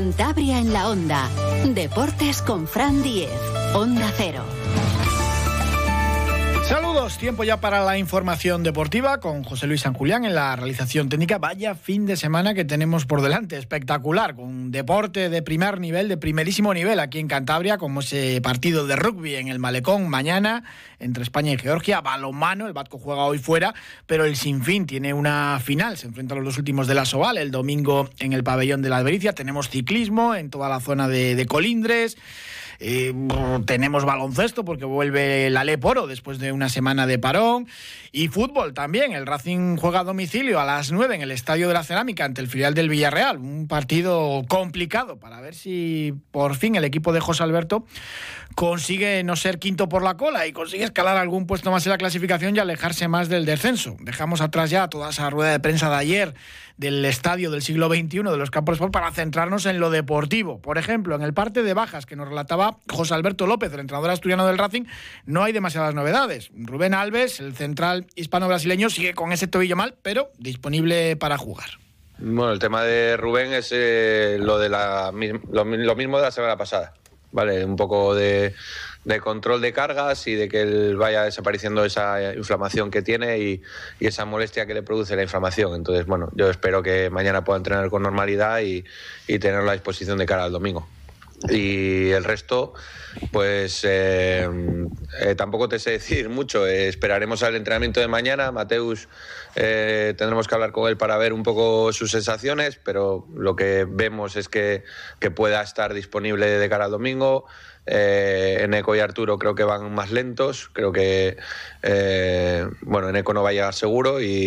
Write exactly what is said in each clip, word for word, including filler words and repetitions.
Cantabria en la Onda. Deportes con Fran Diez. Onda Cero. Saludos, tiempo ya para la información deportiva con José Luis San Julián en la realización técnica. Vaya fin de semana que tenemos por delante, espectacular, con deporte de primer nivel, de primerísimo nivel aquí en Cantabria, como ese partido de rugby en el Malecón mañana entre España y Georgia, balonmano, el Batco juega hoy fuera, pero el Sinfín tiene una final, se enfrentan los dos últimos de la Soval el domingo en el pabellón de la Albericia. Tenemos ciclismo en toda la zona de, de Colindres. Eh, tenemos baloncesto porque vuelve la Alep Oro después de una semana de parón, y fútbol también. El Racing juega a domicilio a las nueve en el Estadio de la Cerámica ante el filial del Villarreal, un partido complicado para ver si por fin el equipo de José Alberto consigue no ser quinto por la cola y consigue escalar algún puesto más en la clasificación y alejarse más del descenso. Dejamos atrás ya toda esa rueda de prensa de ayer del estadio del siglo veintiuno de los Campos de Sport para centrarnos en lo deportivo. Por ejemplo, en el parte de bajas que nos relataba José Alberto López, el entrenador asturiano del Racing, no hay demasiadas novedades. Rubén Alves, el central hispano-brasileño, sigue con ese tobillo mal, pero disponible para jugar. Bueno, el tema de Rubén es eh, lo, de la, lo, lo mismo de la semana pasada, ¿vale? Un poco de, de control de cargas y de que él vaya desapareciendo esa inflamación que tiene y, y esa molestia que le produce la inflamación. Entonces, bueno, yo espero que mañana pueda entrenar con normalidad y, y tenerlo a disposición de cara al domingo. Y el resto, pues eh, eh, tampoco te sé decir mucho. Eh, esperaremos al entrenamiento de mañana. Mateus, eh, tendremos que hablar con él para ver un poco sus sensaciones, pero lo que vemos es que, que pueda estar disponible de cara al domingo. Eh, Eneco y Arturo creo que van más lentos, creo que eh, bueno, Eneco no va a llegar seguro y,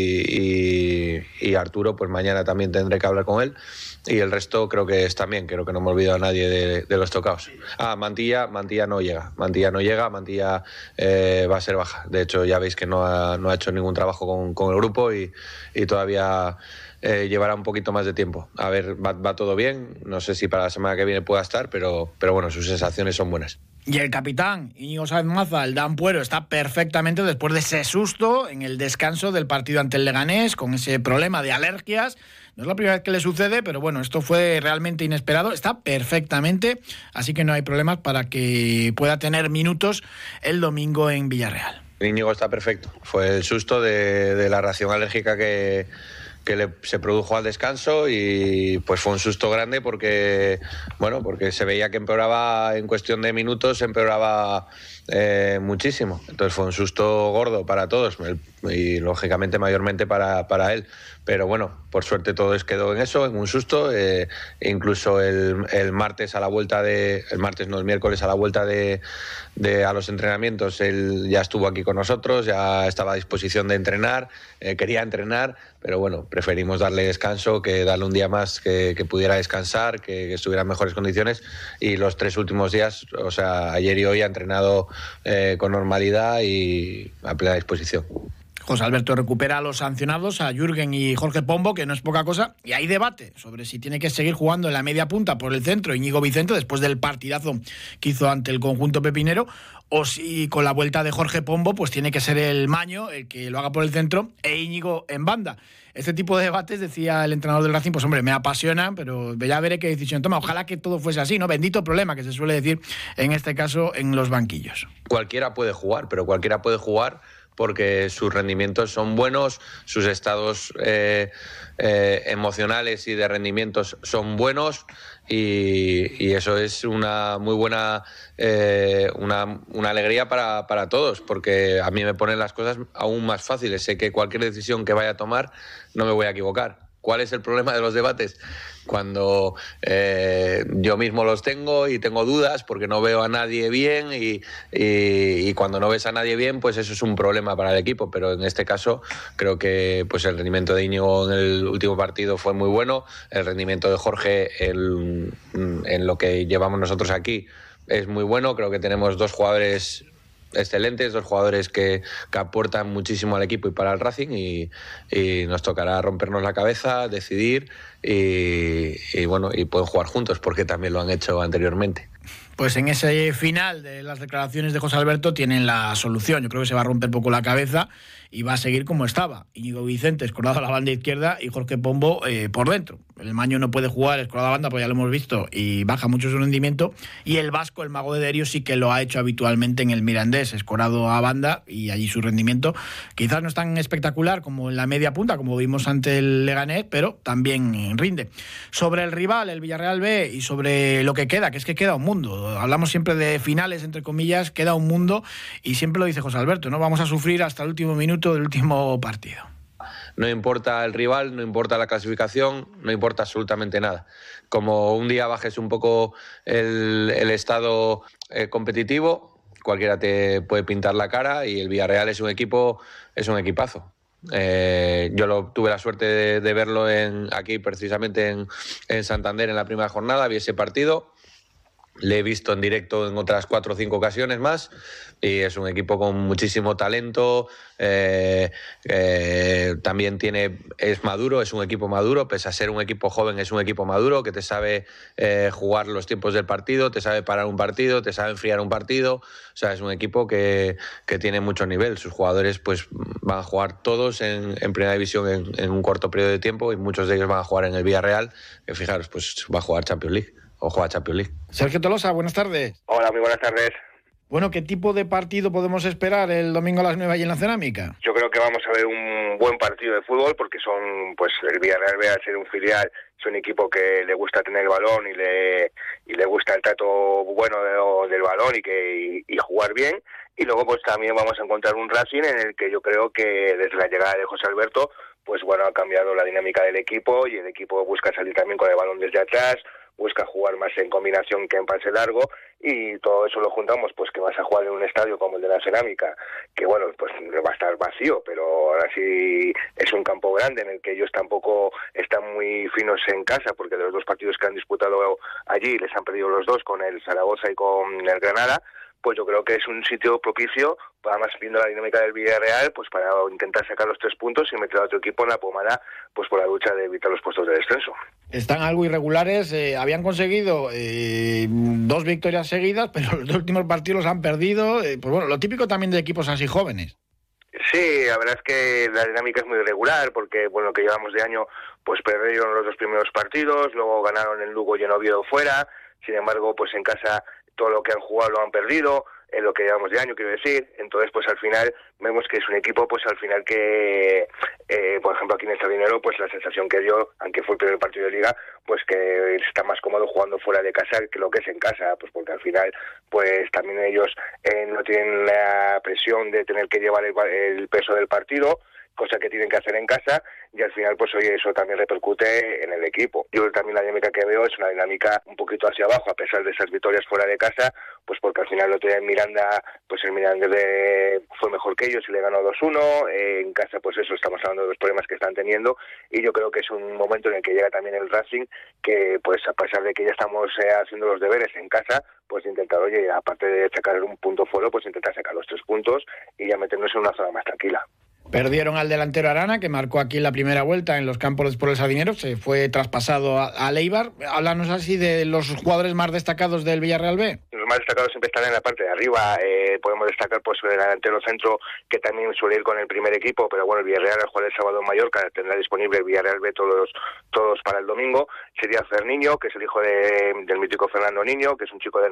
y, y Arturo pues mañana también tendré que hablar con él, y el resto creo que está bien, creo que no me he olvidado a nadie de, de los tocados. Ah, Mantilla, Mantilla no llega, Mantilla no llega, Mantilla eh, va a ser baja, de hecho ya veis que no ha, no ha hecho ningún trabajo con, con el grupo y, y todavía Eh, llevará un poquito más de tiempo. A ver, va, va todo bien, no sé si para la semana que viene pueda estar, pero, pero bueno, sus sensaciones son buenas. Y el capitán Íñigo Sáenz Maza, el Dan Puero, está perfectamente después de ese susto en el descanso del partido ante el Leganés, con ese problema de alergias. No es la primera vez que le sucede, pero bueno, esto fue realmente inesperado. Está perfectamente, así que no hay problemas para que pueda tener minutos el domingo en Villarreal. Íñigo está perfecto. Fue el susto de, de la reacción alérgica que que le, se produjo al descanso, y pues fue un susto grande porque bueno, porque se veía que empeoraba en cuestión de minutos, empeoraba eh, muchísimo. Entonces fue un susto gordo para todos y lógicamente mayormente para, para él. Pero bueno, por suerte todo quedó en eso, en un susto. Eh, incluso el, el martes a la vuelta de... El martes, no, el miércoles a la vuelta de, de a los entrenamientos, él ya estuvo aquí con nosotros, ya estaba a disposición de entrenar, eh, quería entrenar, pero bueno, preferimos darle descanso que darle un día más que, que pudiera descansar, que, que estuviera en mejores condiciones. Y los tres últimos días, o sea, ayer y hoy ha entrenado eh, con normalidad y a plena disposición. José Alberto recupera a los sancionados, a Jürgen y Jorge Pombo, que no es poca cosa, y hay debate sobre si tiene que seguir jugando en la media punta por el centro Íñigo Vicente después del partidazo que hizo ante el conjunto pepinero, o si con la vuelta de Jorge Pombo pues tiene que ser el Maño el que lo haga por el centro e Íñigo en banda. Este tipo de debates, decía el entrenador del Racing, pues hombre, me apasionan, pero ya veré qué decisión toma. Ojalá que todo fuese así, ¿no? Bendito problema, que se suele decir en este caso en los banquillos. Cualquiera puede jugar, pero cualquiera puede jugar porque sus rendimientos son buenos, sus estados eh, eh, emocionales y de rendimientos son buenos, y, y eso es una muy buena eh, una, una alegría para, para todos, porque a mí me ponen las cosas aún más fáciles. Sé que cualquier decisión que vaya a tomar no me voy a equivocar. ¿Cuál es el problema de los debates? Cuando eh, yo mismo los tengo y tengo dudas porque no veo a nadie bien, y, y, y cuando no ves a nadie bien, pues eso es un problema para el equipo. Pero en este caso creo que pues el rendimiento de Íñigo en el último partido fue muy bueno, el rendimiento de Jorge en, en lo que llevamos nosotros aquí es muy bueno. Creo que tenemos dos jugadores excelentes, dos jugadores que, que aportan muchísimo al equipo y para el Racing, y, y nos tocará rompernos la cabeza, decidir, y, y bueno, y pueden jugar juntos porque también lo han hecho anteriormente. Pues en ese final de las declaraciones de José Alberto tienen la solución. Yo creo que se va a romper poco la cabeza y va a seguir como estaba. Íñigo Vicente escorado a la banda izquierda y Jorge Pombo eh, por dentro. El Maño no puede jugar escorado a la banda, pues ya lo hemos visto, y baja mucho su rendimiento. Y el vasco, el mago de Derio, sí que lo ha hecho habitualmente en el Mirandés, escorado a banda, y allí su rendimiento quizás no es tan espectacular como en la media punta, como vimos ante el Leganés, pero también rinde. Sobre el rival, el Villarreal B, y sobre lo que queda, que es que queda un mundo. Hablamos siempre de finales, entre comillas, queda un mundo, y siempre lo dice José Alberto, ¿no? Vamos a sufrir hasta el último minuto del último partido. No importa el rival, no importa la clasificación, no importa absolutamente nada. Como un día bajes un poco el, el estado eh, competitivo, cualquiera te puede pintar la cara, y el Villarreal es un equipo, es un equipazo. Eh, yo lo, tuve la suerte de, de verlo en, aquí precisamente en, en Santander en la primera jornada, vi ese partido. Le he visto en directo en otras cuatro o cinco ocasiones más, y es un equipo con muchísimo talento, eh, eh, también tiene, es maduro, es un equipo maduro, pese a ser un equipo joven, es un equipo maduro que te sabe eh, jugar los tiempos del partido, te sabe parar un partido, te sabe enfriar un partido. O sea, es un equipo que, que tiene mucho nivel. Sus jugadores pues van a jugar todos en, en primera división en, en un corto periodo de tiempo, y muchos de ellos van a jugar en el Villarreal, que fijaros, pues va a jugar Champions League. O juega Champions League. Sergio Tolosa, buenas tardes. Hola, muy buenas tardes. Bueno, ¿qué tipo de partido podemos esperar el domingo a las nueve allí en la Cerámica? Yo creo que vamos a ver un buen partido de fútbol, porque son, pues el Villarreal B, al ser un filial, es un equipo que le gusta tener el balón y le y le gusta el trato bueno de, del balón y que y, y jugar bien. Y luego pues también vamos a encontrar un Racing en el que yo creo que desde la llegada de José Alberto, pues bueno, ha cambiado la dinámica del equipo, y el equipo busca salir también con el balón desde atrás, busca jugar más en combinación que en pase largo, y todo eso lo juntamos, pues que vas a jugar en un estadio como el de la Cerámica, que bueno, pues va a estar vacío, pero ahora sí es un campo grande en el que ellos tampoco están muy finos en casa, porque de los dos partidos que han disputado allí les han perdido los dos, con el Zaragoza y con el Granada. Pues yo creo que es un sitio propicio, además viendo la dinámica del Villarreal, pues para intentar sacar los tres puntos y meter a otro equipo en la pomada, pues por la lucha de evitar los puestos de descenso. Están algo irregulares, eh, habían conseguido eh, dos victorias seguidas, pero los dos últimos partidos los han perdido, eh, pues bueno, lo típico también de equipos así jóvenes. Sí, la verdad es que la dinámica es muy irregular, porque bueno, que llevamos de año, pues perdieron los dos primeros partidos, luego ganaron en Lugo y en Oviedo fuera, sin embargo, pues en casa todo lo que han jugado lo han perdido, en lo que llevamos de año, quiero decir. Entonces, pues al final vemos que es un equipo, pues al final que, eh, por ejemplo, aquí en el Sardinero, pues la sensación que dio, aunque fue el primer partido de Liga, pues que está más cómodo jugando fuera de casa que lo que es en casa, pues porque al final, pues también ellos eh, no tienen la presión de tener que llevar el, el peso del partido, cosa que tienen que hacer en casa, y al final pues oye, eso también repercute en el equipo. Yo también la dinámica que veo es una dinámica un poquito hacia abajo, a pesar de esas victorias fuera de casa, pues porque al final el otro día en Miranda, pues el Miranda de, fue mejor que ellos y le ganó dos uno, eh, en casa pues eso, estamos hablando de los problemas que están teniendo, y yo creo que es un momento en el que llega también el Racing, que pues a pesar de que ya estamos eh, haciendo los deberes en casa, pues intentar, oye, aparte de sacar un punto fuera, pues intentar sacar los tres puntos y ya meternos en una zona más tranquila. Perdieron al delantero Arana, que marcó aquí en la primera vuelta en los campos por el Sardinero, se fue traspasado a, a Leibar. Háblanos así de los jugadores más destacados del Villarreal B. Los más destacados siempre están en la parte de arriba. Eh, podemos destacar pues el delantero centro, que también suele ir con el primer equipo, pero bueno, el Villarreal al jugar el sábado en Mallorca tendrá disponible el Villarreal B todos, todos para el domingo. Sería Ferniño, que es el hijo de, del mítico Fernando Niño, que es un chico de,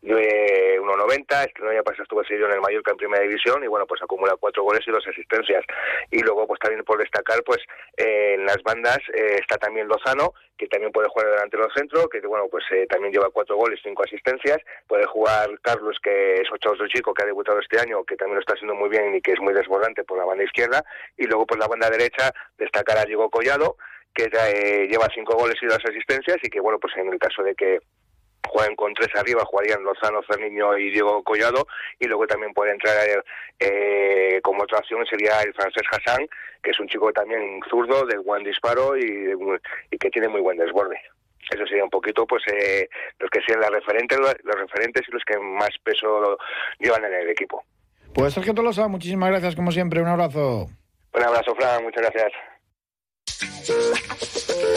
de uno noventa, este no ya pasa, estuvo seguido en el Mallorca en primera división, y bueno, pues acumula cuatro goles y dos asistencias. Y luego pues también por destacar pues eh, en las bandas eh, está también Lozano, que también puede jugar delantero centro, que bueno pues eh, también lleva cuatro goles, cinco asistencias. Puede jugar Carlos, que es otro chico que ha debutado este año, que también lo está haciendo muy bien y que es muy desbordante por la banda izquierda. Y luego pues la banda derecha destacar a Diego Collado, que eh, lleva cinco goles y dos asistencias, y que bueno pues en el caso de que juegan con tres arriba, jugarían Lozano, Ferniño y Diego Collado, y luego también puede entrar eh, como otra opción sería el francés Hassan, que es un chico también zurdo, de buen disparo y, y que tiene muy buen desborde. Eso sería un poquito pues eh, los que sean las referentes, los referentes y los que más peso llevan en el equipo. Pues Sergio Tolosa, muchísimas gracias como siempre, un abrazo. Un abrazo, Fran, muchas gracias.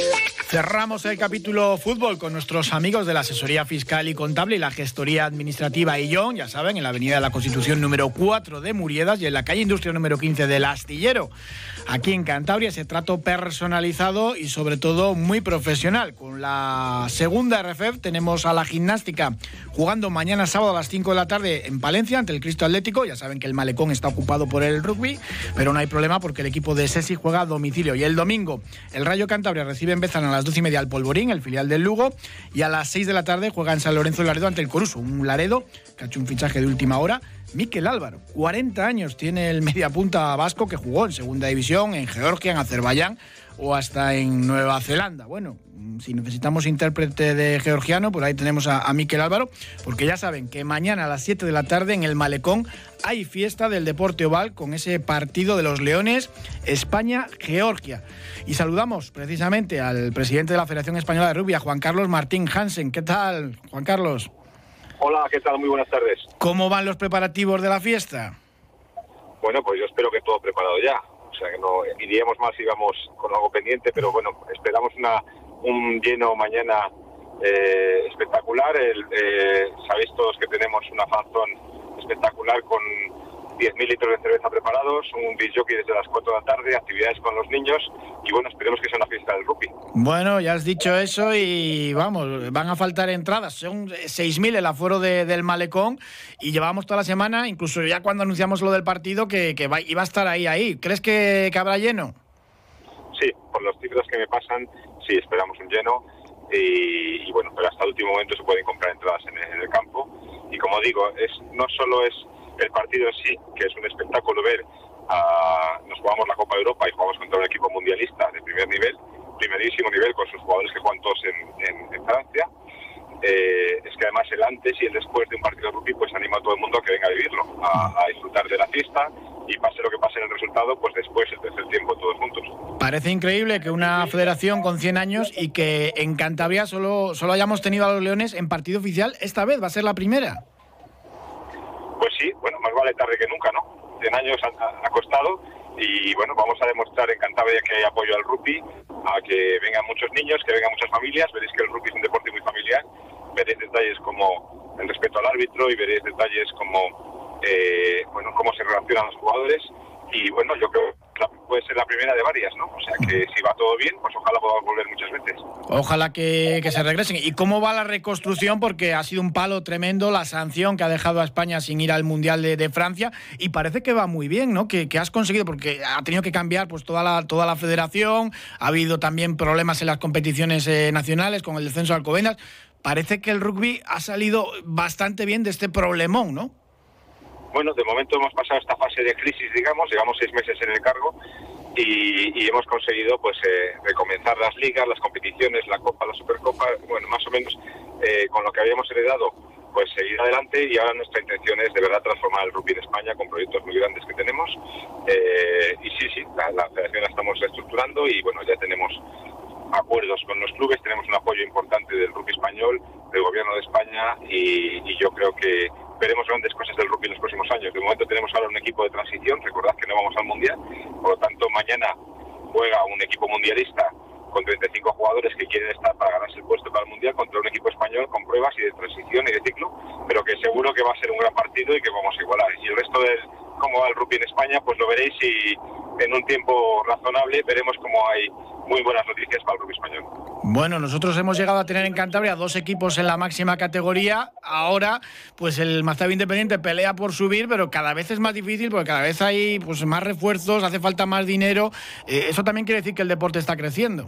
Cerramos el capítulo fútbol con nuestros amigos de la asesoría fiscal y contable y la gestoría administrativa Illón, ya saben, en la avenida de la Constitución número cuatro de Muriedas y en la calle Industria número quince del Astillero. Aquí en Cantabria, ese trato personalizado y sobre todo muy profesional. Con la segunda R F E F tenemos a la gimnástica jugando mañana sábado a las cinco de la tarde en Palencia ante el Cristo Atlético. Ya saben que el malecón está ocupado por el rugby, pero no hay problema porque el equipo de Sesi juega a domicilio. Y el domingo el Rayo Cantabria recibe en Bezana a las doce y media al Polvorín, el filial del Lugo, y a las seis de la tarde juega en San Lorenzo de Laredo ante el Coruso. Un Laredo que ha hecho un fichaje de última hora. Mikel Álvaro, cuarenta años tiene el mediapunta vasco que jugó en segunda división, en Georgia, en Azerbaiyán o hasta en Nueva Zelanda. Bueno, si necesitamos intérprete de georgiano, pues ahí tenemos a, a Mikel Álvaro, porque ya saben que mañana a las siete de la tarde en el Malecón hay fiesta del deporte oval con ese partido de los Leones España-Georgia. Y saludamos precisamente al presidente de la Federación Española de Rugby, a Juan Carlos Martín Hansen. ¿Qué tal, Juan Carlos? Hola, ¿qué tal? Muy buenas tardes. ¿Cómo van los preparativos de la fiesta? Bueno, pues yo espero que todo preparado ya. O sea, que no iríamos más si íbamos con algo pendiente, pero bueno, esperamos una un lleno mañana eh, espectacular. El, eh, sabéis todos que tenemos una fanzón espectacular con diez mil litros de cerveza preparados, un disc jockey desde las cuatro de la tarde, actividades con los niños y bueno, esperemos que sea una fiesta del rugby. Bueno, ya has dicho eso y vamos, van a faltar entradas, son seis mil el aforo de, del Malecón y llevamos toda la semana, incluso ya cuando anunciamos lo del partido, que, que va, iba a estar ahí, ahí. ¿Crees que, que habrá lleno? Sí, por los cifras que me pasan, sí, esperamos un lleno y, y bueno, pero hasta el último momento se pueden comprar entradas en el, en el campo y como digo, es no solo es el partido en sí, que es un espectáculo ver, uh, nos jugamos la Copa de Europa y jugamos contra un equipo mundialista de primer nivel, primerísimo nivel, con sus jugadores que juegan todos en, en, en Francia. Eh, es que además el antes y el después de un partido de rugby pues anima a todo el mundo a que venga a vivirlo, a, a disfrutar de la fiesta y pase lo que pase en el resultado, pues después el tercer tiempo todos juntos. Parece increíble que una federación con cien años y que en Cantabria solo, solo hayamos tenido a los Leones en partido oficial esta vez, va a ser la primera. Pues sí, bueno, más vale tarde que nunca, ¿no? cien años ha, ha costado y bueno, vamos a demostrar en Cantabria que hay apoyo al rugby, a que vengan muchos niños, que vengan muchas familias. Veréis que el rugby es un deporte muy familiar, veréis detalles como el respeto al árbitro y veréis detalles como, eh, bueno, cómo se relacionan los jugadores y bueno, yo creo que puede ser la primera de varias, ¿no? O sea que si va todo bien, pues ojalá podamos volver muchas veces. Ojalá que, que se regresen. ¿Y cómo va la reconstrucción? Porque ha sido un palo tremendo la sanción que ha dejado a España sin ir al Mundial de, de Francia y parece que va muy bien, ¿no? Que, que has conseguido, porque ha tenido que cambiar pues toda la, toda la federación, ha habido también problemas en las competiciones eh, nacionales con el descenso de Alcobendas. Parece que el rugby ha salido bastante bien de este problemón, ¿no? Bueno, de momento hemos pasado esta fase de crisis, digamos, llevamos seis meses en el cargo y, y hemos conseguido pues eh, recomenzar las ligas, las competiciones, la Copa, la Supercopa, bueno, más o menos eh, con lo que habíamos heredado, pues seguir adelante y ahora nuestra intención es de verdad transformar el rugby en España con proyectos muy grandes que tenemos eh, y sí, sí, la, la federación la estamos reestructurando y bueno, ya tenemos acuerdos con los clubes, tenemos un apoyo importante del rugby español, del gobierno de España y, y yo creo que veremos grandes cosas del rugby en los próximos años. De momento tenemos ahora un equipo de transición, recordad que no vamos al Mundial, por lo tanto mañana juega un equipo mundialista con treinta y cinco jugadores que quieren estar para ganarse el puesto para el Mundial contra un equipo español con pruebas y de transición y de ciclo, pero que seguro que va a ser un gran partido y que vamos a igualar. Y el resto del cómo va el rugby en España, pues lo veréis y en un tiempo razonable veremos cómo hay muy buenas noticias para el rugby español. Bueno, nosotros hemos llegado a tener en Cantabria dos equipos en la máxima categoría. Ahora, pues el Maztavi Independiente pelea por subir, pero cada vez es más difícil porque cada vez hay pues más refuerzos, hace falta más dinero. Eh, eso también quiere decir que el deporte está creciendo.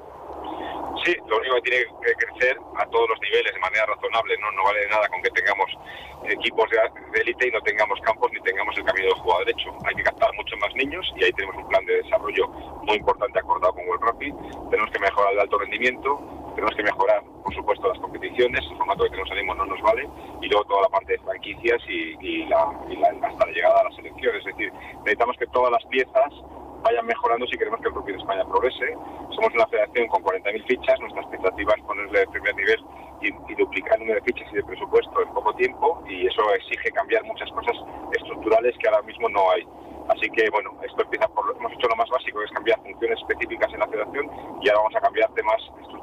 Sí, lo único que tiene que crecer a todos los niveles de manera razonable, no no vale de nada con que tengamos equipos de élite y no tengamos campos ni tengamos el camino del jugador derecho. Hay que captar muchos más niños y ahí tenemos un plan de desarrollo muy importante acordado con World Rugby. Tenemos que mejorar el alto rendimiento, tenemos que mejorar, por supuesto, las competiciones, el formato que tenemos ahora mismo no nos vale, y luego toda la parte de franquicias y, y, la, y la, hasta la llegada a la selección. Es decir, necesitamos que todas las piezas vayan mejorando si queremos que el rugby de España progrese. Somos una federación con cuarenta mil fichas, nuestra expectativa es ponerle el primer nivel y, y duplicar el número de fichas y de presupuesto en poco tiempo, y eso exige cambiar muchas cosas estructurales que ahora mismo no hay. Así que, bueno, esto empieza por... Hemos hecho lo más básico, que es cambiar funciones específicas en la federación, y ahora vamos a cambiar temas estructurales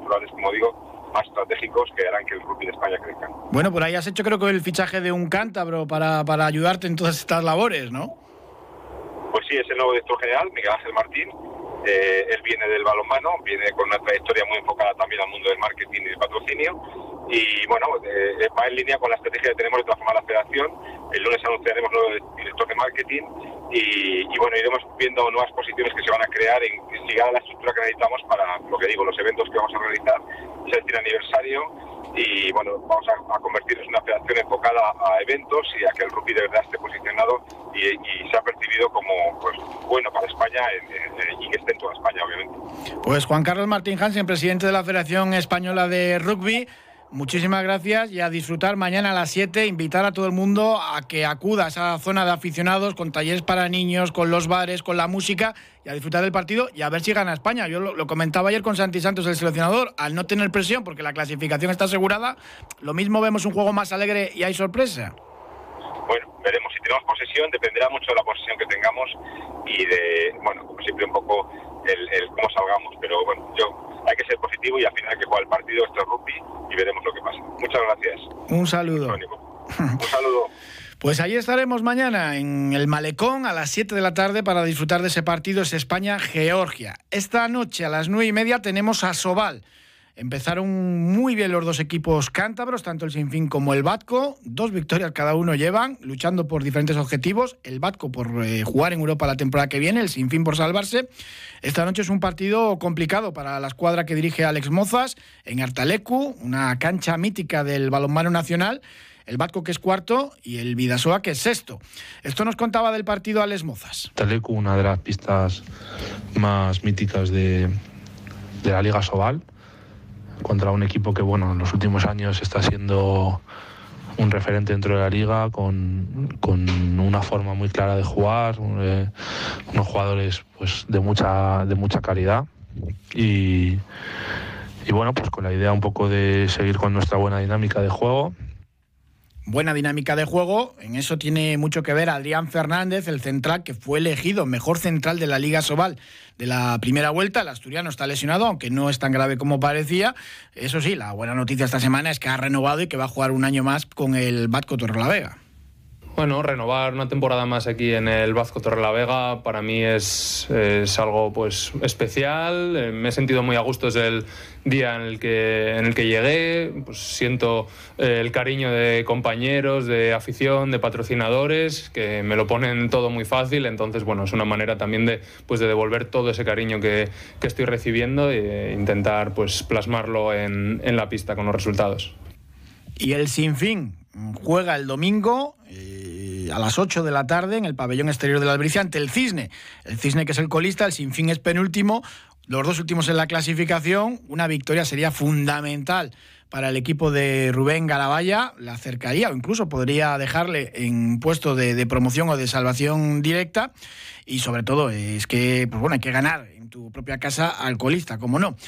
Bueno, por ahí has hecho creo que el fichaje de un cántabro para, para ayudarte en todas estas labores, ¿no? Pues sí, es el nuevo director general, Miguel Ángel Martín. Eh, él viene del balonmano, viene con una trayectoria muy enfocada también al mundo del marketing y del patrocinio. Y bueno, eh, va en línea con la estrategia que tenemos de transformar la federación. El lunes anunciaremos nuevo director de marketing y, y bueno, iremos viendo nuevas posiciones que se van a crear en ligar a la estructura que necesitamos para, lo que digo, los eventos que vamos a realizar. Es el cien aniversario y bueno, vamos a, a convertirnos en una federación enfocada a eventos y a que el rugby de verdad esté posicionado y, y se ha percibido como pues bueno para España en, en, y que esté en toda España, obviamente. Pues Juan Carlos Martín Hansen, presidente de la Federación Española de Rugby, muchísimas gracias y a disfrutar mañana a las siete, invitar a todo el mundo a que acuda a esa zona de aficionados con talleres para niños, con los bares, con la música y a disfrutar del partido y a ver si gana España. Yo lo, lo comentaba ayer con Santi Santos, el seleccionador, al no tener presión porque la clasificación está asegurada, lo mismo vemos un juego más alegre y hay sorpresa. Bueno, veremos. Si tenemos posesión, dependerá mucho de la posesión que tengamos y de, bueno, como siempre un poco el, el cómo salgamos, pero bueno, yo hay que ser positivo y al final hay que jugar el partido, esto es rugby y veremos lo que pasa. Muchas gracias. Un saludo. Un saludo. Pues ahí estaremos mañana en el Malecón a las siete de la tarde para disfrutar de ese partido, es España-Georgia. Esta noche a las nueve y media tenemos a Sobal. Empezaron muy bien los dos equipos cántabros, tanto el Sinfín como el Batco. Dos victorias cada uno llevan, luchando por diferentes objetivos. El Batco por eh, jugar en Europa la temporada que viene, el Sinfín por salvarse. Esta noche es un partido complicado para la escuadra que dirige Alex Mozas en Artalecu, una cancha mítica del balonmano nacional. El Batco, que es cuarto, y el Bidasoa, que es sexto. Esto nos contaba del partido Alex Mozas. Artalecu, una de las pistas más míticas de, de la Liga Sobal, contra un equipo que, bueno, en los últimos años está siendo un referente dentro de la liga, con, con una forma muy clara de jugar, eh, unos jugadores pues de mucha de mucha calidad y, y bueno, pues con la idea un poco de seguir con nuestra buena dinámica de juego. Buena dinámica de juego, en eso tiene mucho que ver Adrián Fernández, el central que fue elegido mejor central de la Liga Sobal de la primera vuelta. El asturiano está lesionado, aunque no es tan grave como parecía. Eso sí, la buena noticia esta semana es que ha renovado y que va a jugar un año más con el Batco Torrelavega. Bueno, renovar una temporada más aquí en el Batco Torrelavega para mí es, es algo pues especial. Me he sentido muy a gusto desde el día en el que, en el que llegué. Pues siento eh, el cariño de compañeros, de afición, de patrocinadores, que me lo ponen todo muy fácil. Entonces, bueno, es una manera también de, pues, de devolver todo ese cariño que, que estoy recibiendo e intentar pues, plasmarlo en, en la pista con los resultados. Y el Sinfín juega el domingo eh, a las ocho de la tarde en el pabellón exterior de la Albricia ante el Cisne. El Cisne, que es el colista, el Sinfín es penúltimo, los dos últimos en la clasificación. Una victoria sería fundamental para el equipo de Rubén Garavalla, le acercaría o incluso podría dejarle en puesto de, de promoción o de salvación directa. Y sobre todo es que pues bueno, hay que ganar en tu propia casa al colista, como no.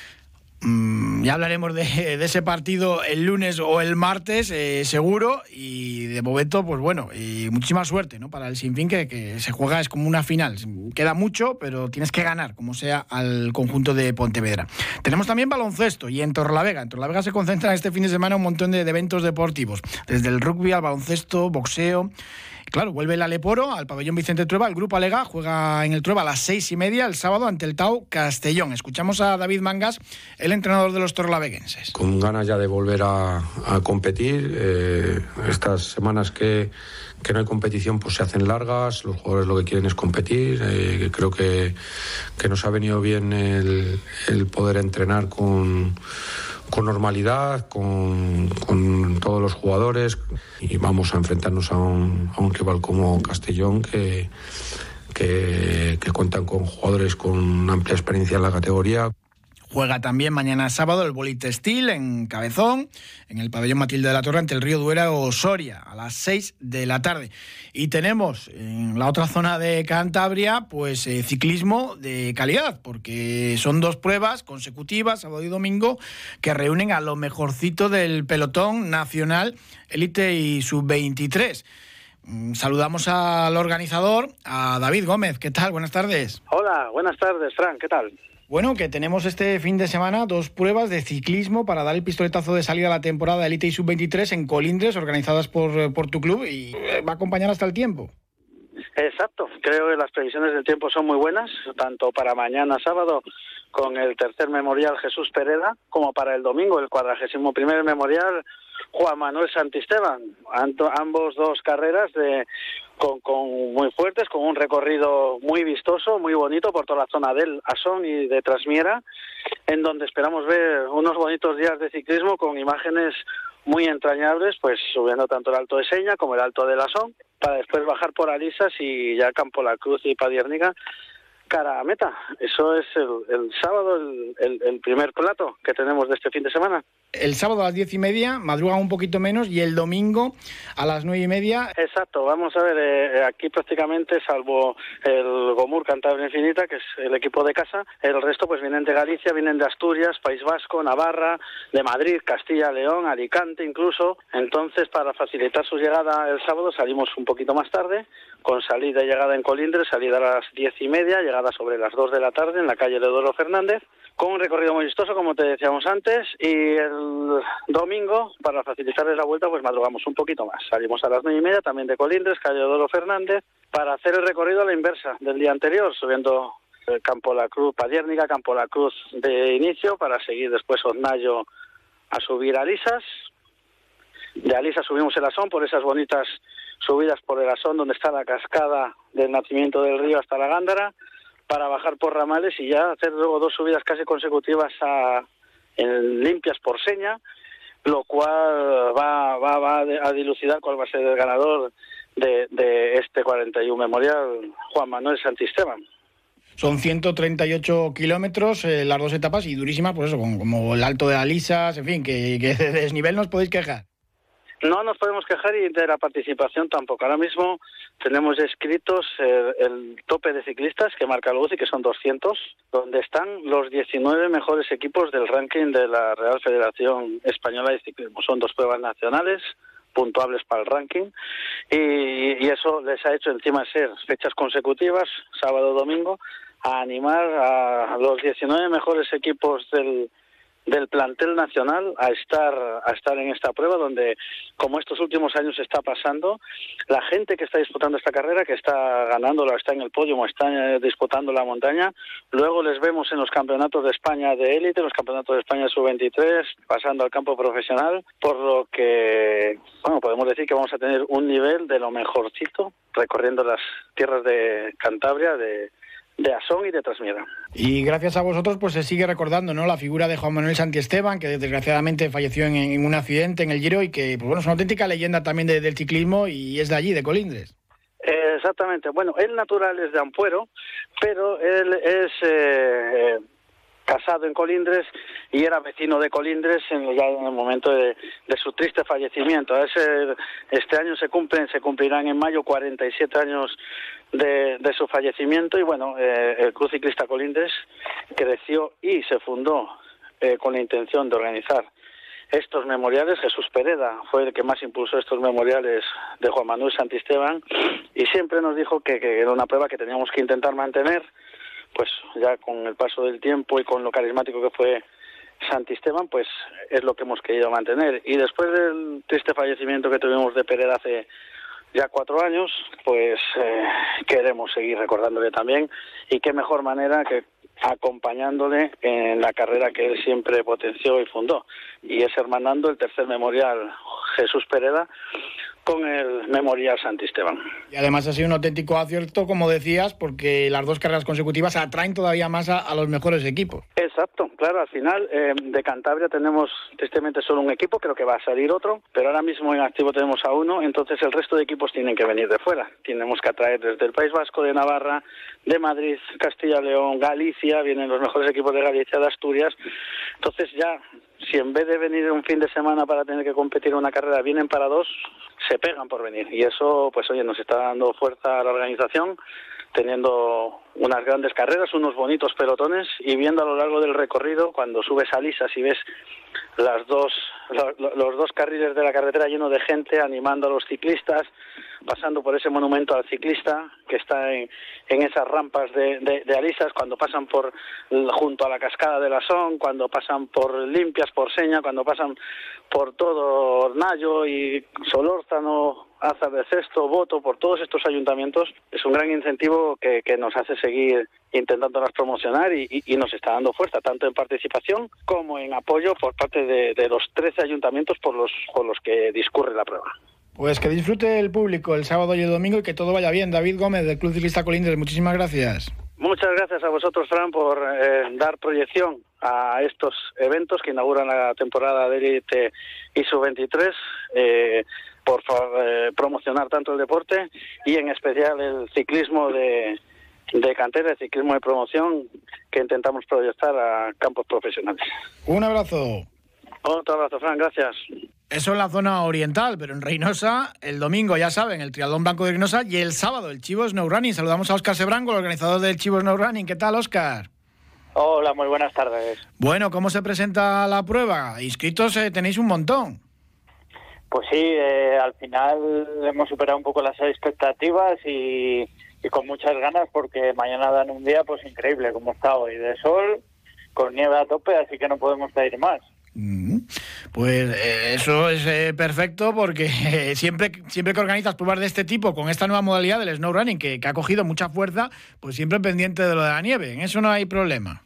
Mm, ya hablaremos de, de ese partido el lunes o el martes, eh, seguro, y de momento, pues bueno, y muchísima suerte, ¿no? Para el Sinfín, que, que se juega, es como una final, queda mucho, pero tienes que ganar, como sea, al conjunto de Pontevedra. Tenemos también baloncesto, y en Torrelavega, en Torrelavega se concentran este fin de semana un montón de, de eventos deportivos, desde el rugby al baloncesto, boxeo. Claro, vuelve el Aleporo al pabellón Vicente Trueba. El Grupo Alega juega en el Trueba a las seis y media el sábado ante el Tau Castellón. Escuchamos a David Mangas, el entrenador de los torrelaveguenses. Con ganas ya de volver a, a competir. Eh, estas semanas que, que no hay competición pues se hacen largas. Los jugadores lo que quieren es competir. Eh, creo que, que nos ha venido bien el, el poder entrenar con... con normalidad, con, con todos los jugadores, y vamos a enfrentarnos a un, a un rival como Castellón que, que, que cuentan con jugadores con amplia experiencia en la categoría. Juega también mañana sábado el Bolitextil en Cabezón, en el pabellón Matilde de la Torre ante el Río Duera o Soria, a las seis de la tarde. Y tenemos en la otra zona de Cantabria, pues eh, ciclismo de calidad, porque son dos pruebas consecutivas, sábado y domingo, que reúnen a lo mejorcito del pelotón nacional, élite y sub veintitrés. Saludamos al organizador, a David Gómez. ¿Qué tal? Buenas tardes. Hola, buenas tardes, Fran. ¿Qué tal? Bueno, que tenemos este fin de semana dos pruebas de ciclismo para dar el pistoletazo de salida a la temporada Elite y sub veintitrés en Colindres, organizadas por, por tu club, y va a acompañar hasta el tiempo. Exacto, creo que las previsiones del tiempo son muy buenas, tanto para mañana sábado con el tercer memorial Jesús Pereda, como para el domingo el cuadragésimo primer memorial Juan Manuel Santisteban. Ambos dos carreras de con, con muy fuertes, con un recorrido muy vistoso, muy bonito por toda la zona del Asón y de Trasmiera, en donde esperamos ver unos bonitos días de ciclismo con imágenes muy entrañables, pues subiendo tanto el Alto de Seña como el Alto del Asón, para después bajar por Alisas y ya Campo La Cruz y Padiernica cara a meta. Eso es el, el sábado, el, el, el primer plato que tenemos de este fin de semana. El sábado a las diez y media, madrugan un poquito menos, y el domingo a las nueve y media. Exacto, vamos a ver, eh, aquí prácticamente, salvo el Gomur Cantabria Infinita, que es el equipo de casa, el resto pues vienen de Galicia, vienen de Asturias, País Vasco, Navarra, de Madrid, Castilla, León, Alicante incluso. Entonces, para facilitar su llegada el sábado, salimos un poquito más tarde, con salida y llegada en Colindres, salida a las diez y media, llegada sobre las dos de la tarde en la calle Leodoro Fernández, con un recorrido muy vistoso, como te decíamos antes, y el domingo, para facilitarles la vuelta, pues madrugamos un poquito más. Salimos a las nueve y media, también de Colindres, calle Leodoro Fernández, para hacer el recorrido a la inversa del día anterior, subiendo el Campo La Cruz, Padiernica, Campo La Cruz de inicio, para seguir después Hornallo a subir a Alisas. De Alisas subimos el Asón por esas bonitas subidas por el Asón, donde está la cascada del nacimiento del río hasta la Gándara, para bajar por Ramales y ya hacer luego dos subidas casi consecutivas a, en, limpias por Seña, lo cual va, va, va a dilucidar cuál va a ser el ganador de, de este cuarenta y uno memorial, Juan Manuel Santisteban. Son ciento treinta y ocho kilómetros, eh, las dos etapas, y durísimas, por eso, como, como el Alto de Alisas, en fin, que, que de desnivel no os podéis quejar. No nos podemos quejar, y de la participación tampoco. Ahora mismo tenemos escritos el, el tope de ciclistas que marca el U C I, que son doscientos, donde están los diecinueve mejores equipos del ranking de la Real Federación Española de Ciclismo. Son dos pruebas nacionales puntuables para el ranking, y, y eso les ha hecho encima ser fechas consecutivas, sábado, domingo, a animar a los diecinueve mejores equipos del del plantel nacional a estar a estar en esta prueba, donde, como estos últimos años está pasando, la gente que está disputando esta carrera, que está ganándola, está en el podio o está disputando la montaña, luego les vemos en los campeonatos de España de élite, los campeonatos de España sub veintitrés, pasando al campo profesional, por lo que, bueno, podemos decir que vamos a tener un nivel de lo mejorcito recorriendo las tierras de Cantabria, de de Asón y de Trasmiera. Y gracias a vosotros pues se sigue recordando, ¿no?, la figura de Juan Manuel Santisteban, que desgraciadamente falleció en, en un accidente en el Giro, y que, pues bueno, es una auténtica leyenda también de, del ciclismo, y es de allí, de Colindres. Eh, exactamente. Bueno, él natural es de Ampuero, pero él es eh, casado en Colindres y era vecino de Colindres en, ya en el momento de, de su triste fallecimiento. Ese, este año se cumplen, se cumplirán en mayo cuarenta y siete años de, de su fallecimiento, y bueno, eh, el Club Ciclista Colindres creció y se fundó eh, con la intención de organizar estos memoriales. Jesús Pereda fue el que más impulsó estos memoriales de Juan Manuel Santisteban, y siempre nos dijo que, que era una prueba que teníamos que intentar mantener, pues ya con el paso del tiempo y con lo carismático que fue Santisteban, pues es lo que hemos querido mantener. Y después del triste fallecimiento que tuvimos de Pereda hace ya cuatro años, pues eh, queremos seguir recordándole también, y qué mejor manera que acompañándole en la carrera que él siempre potenció y fundó, y es hermanando el tercer memorial Jesús Pereda con el memorial Santisteban. Y además ha sido un auténtico acierto, como decías, porque las dos carreras consecutivas atraen todavía más a, a los mejores equipos. Exacto, claro, al final eh, de Cantabria tenemos tristemente solo un equipo, creo que va a salir otro, pero ahora mismo en activo tenemos a uno, entonces el resto de equipos tienen que venir de fuera. Tenemos que atraer desde el País Vasco, de Navarra, de Madrid, Castilla, León, Galicia, vienen los mejores equipos de Galicia, de Asturias. Entonces ya, si en vez de venir un fin de semana para tener que competir en una carrera, vienen para dos, se pegan por venir, y eso, pues oye, nos está dando fuerza a la organización. teniendo unas grandes carreras, unos bonitos pelotones, y viendo a lo largo del recorrido, cuando subes a Lisas y ves las dos, los, los dos carriles de la carretera llenos de gente animando a los ciclistas, pasando por ese monumento al ciclista que está en, en esas rampas de, de, de Alisas, cuando pasan por junto a la cascada de la Son, cuando pasan por Limpias, por Seña, cuando pasan por todo Hornallo y Solórzano, Azar de Cesto, Boto, por todos estos ayuntamientos, es un gran incentivo que, que nos hace seguir intentándolas promocionar y, y, y nos está dando fuerza, tanto en participación como en apoyo por parte de, de los trece ayuntamientos por los, por los que discurre la prueba. Pues que disfrute el público el sábado y el domingo y que todo vaya bien. David Gómez, del Club Ciclista Colindres, muchísimas gracias. Muchas gracias a vosotros, Fran, por eh, dar proyección a estos eventos que inauguran la temporada de Élite y sub veintitrés, eh, por eh, promocionar tanto el deporte y en especial el ciclismo de, de cantera, el ciclismo de promoción que intentamos proyectar a campos profesionales. Un abrazo. Otro abrazo, Fran, gracias. Eso en la zona oriental, pero en Reynosa, el domingo, ya saben, el triatlón blanco de Reynosa y el sábado el Chivo Snow Running. Saludamos a Óscar Sebrango, el organizador del Chivo Snow Running. ¿Qué tal, Óscar? Hola, muy buenas tardes. Bueno, ¿cómo se presenta la prueba? Inscritos eh, tenéis un montón. Pues sí, eh, al final hemos superado un poco las expectativas y, y con muchas ganas porque mañana dan un día pues increíble como está hoy, de sol, con nieve a tope, así que no podemos pedir más. Pues eh, eso es eh, perfecto porque eh, siempre siempre que organizas pruebas de este tipo con esta nueva modalidad del snow running que, que ha cogido mucha fuerza, pues siempre pendiente de lo de la nieve, en eso no hay problema.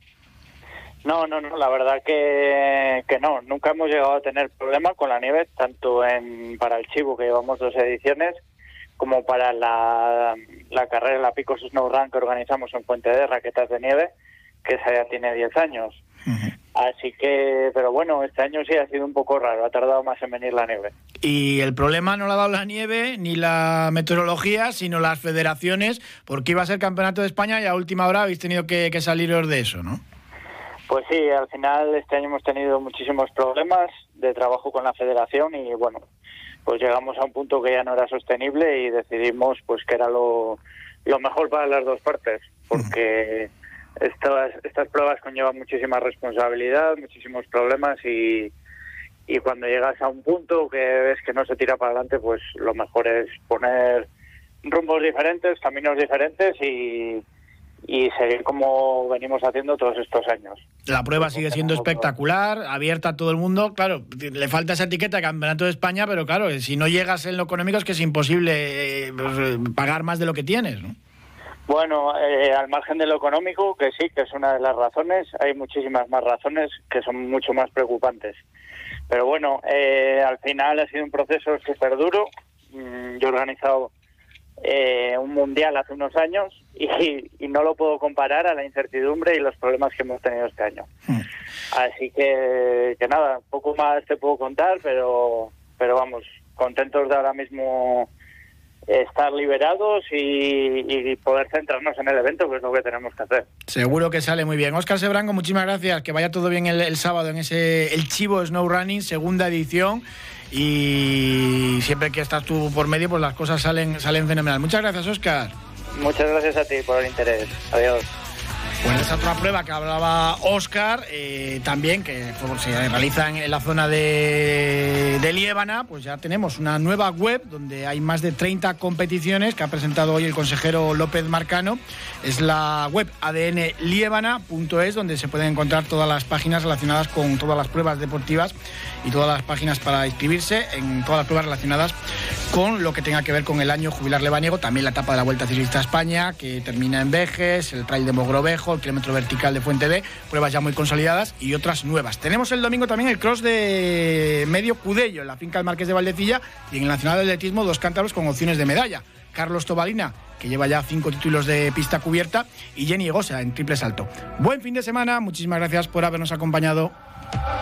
No, no, no, la verdad que, que no, nunca hemos llegado a tener problema con la nieve, tanto en para el Chivo, que llevamos dos ediciones, como para la, la carrera, la Picos Snow Run que organizamos en Fuente de Raquetas de Nieve, que esa ya tiene diez años. Uh-huh. Así que, pero bueno, este año sí ha sido un poco raro, ha tardado más en venir la nieve. Y el problema no lo ha dado la nieve ni la meteorología, sino las federaciones, porque iba a ser Campeonato de España y a última hora habéis tenido que, que saliros de eso, ¿no? Pues sí, al final este año hemos tenido muchísimos problemas de trabajo con la federación y bueno, pues llegamos a un punto que ya no era sostenible y decidimos pues que era lo, lo mejor para las dos partes, porque... Uh-huh. Estas, estas pruebas conllevan muchísima responsabilidad, muchísimos problemas y, y cuando llegas a un punto que ves que no se tira para adelante, pues lo mejor es poner rumbos diferentes, caminos diferentes y, y seguir como venimos haciendo todos estos años. La prueba sigue siendo espectacular, abierta a todo el mundo. Claro, le falta esa etiqueta de Campeonato de España, pero claro, si no llegas en lo económico es que es imposible eh, pues, pagar más de lo que tienes, ¿no? Bueno, eh, al margen de lo económico, que sí, que es una de las razones, hay muchísimas más razones que son mucho más preocupantes. Pero bueno, eh, al final ha sido un proceso súper duro. Mm, yo he organizado eh, un mundial hace unos años y, y no lo puedo comparar a la incertidumbre y los problemas que hemos tenido este año. Mm. Así que, que nada, poco más te puedo contar, pero, pero vamos, contentos de ahora mismo... estar liberados y, y poder centrarnos en el evento, que es lo que tenemos que hacer. Seguro que sale muy bien. Óscar Sebrango, muchísimas gracias, que vaya todo bien el, el sábado en ese el Chivo Snow Running, segunda edición, y siempre que estás tú por medio, pues las cosas salen, salen fenomenal. Muchas gracias, Óscar. Muchas gracias a ti por el interés. Adiós. Bueno, esa otra prueba que hablaba Óscar, eh, también, que se realiza en la zona de, de Liébana, pues ya tenemos una nueva web donde hay más de treinta competiciones que ha presentado hoy el consejero López Marcano. Es la web a d n liébana punto es, donde se pueden encontrar todas las páginas relacionadas con todas las pruebas deportivas y todas las páginas para inscribirse en todas las pruebas relacionadas con lo que tenga que ver con el año jubilar lebaniego, también la etapa de la Vuelta Ciclista a España, que termina en Vejes, el Trail de Mogrovejo, el kilómetro vertical de Fuente D, pruebas ya muy consolidadas y otras nuevas. Tenemos el domingo también el cross de Medio Cudello en la finca del Marqués de Valdecilla y en el Nacional de Atletismo dos cántabros con opciones de medalla. Carlos Tobalina, que lleva ya cinco títulos de pista cubierta, y Jenny Egosa en triple salto. Buen fin de semana, muchísimas gracias por habernos acompañado.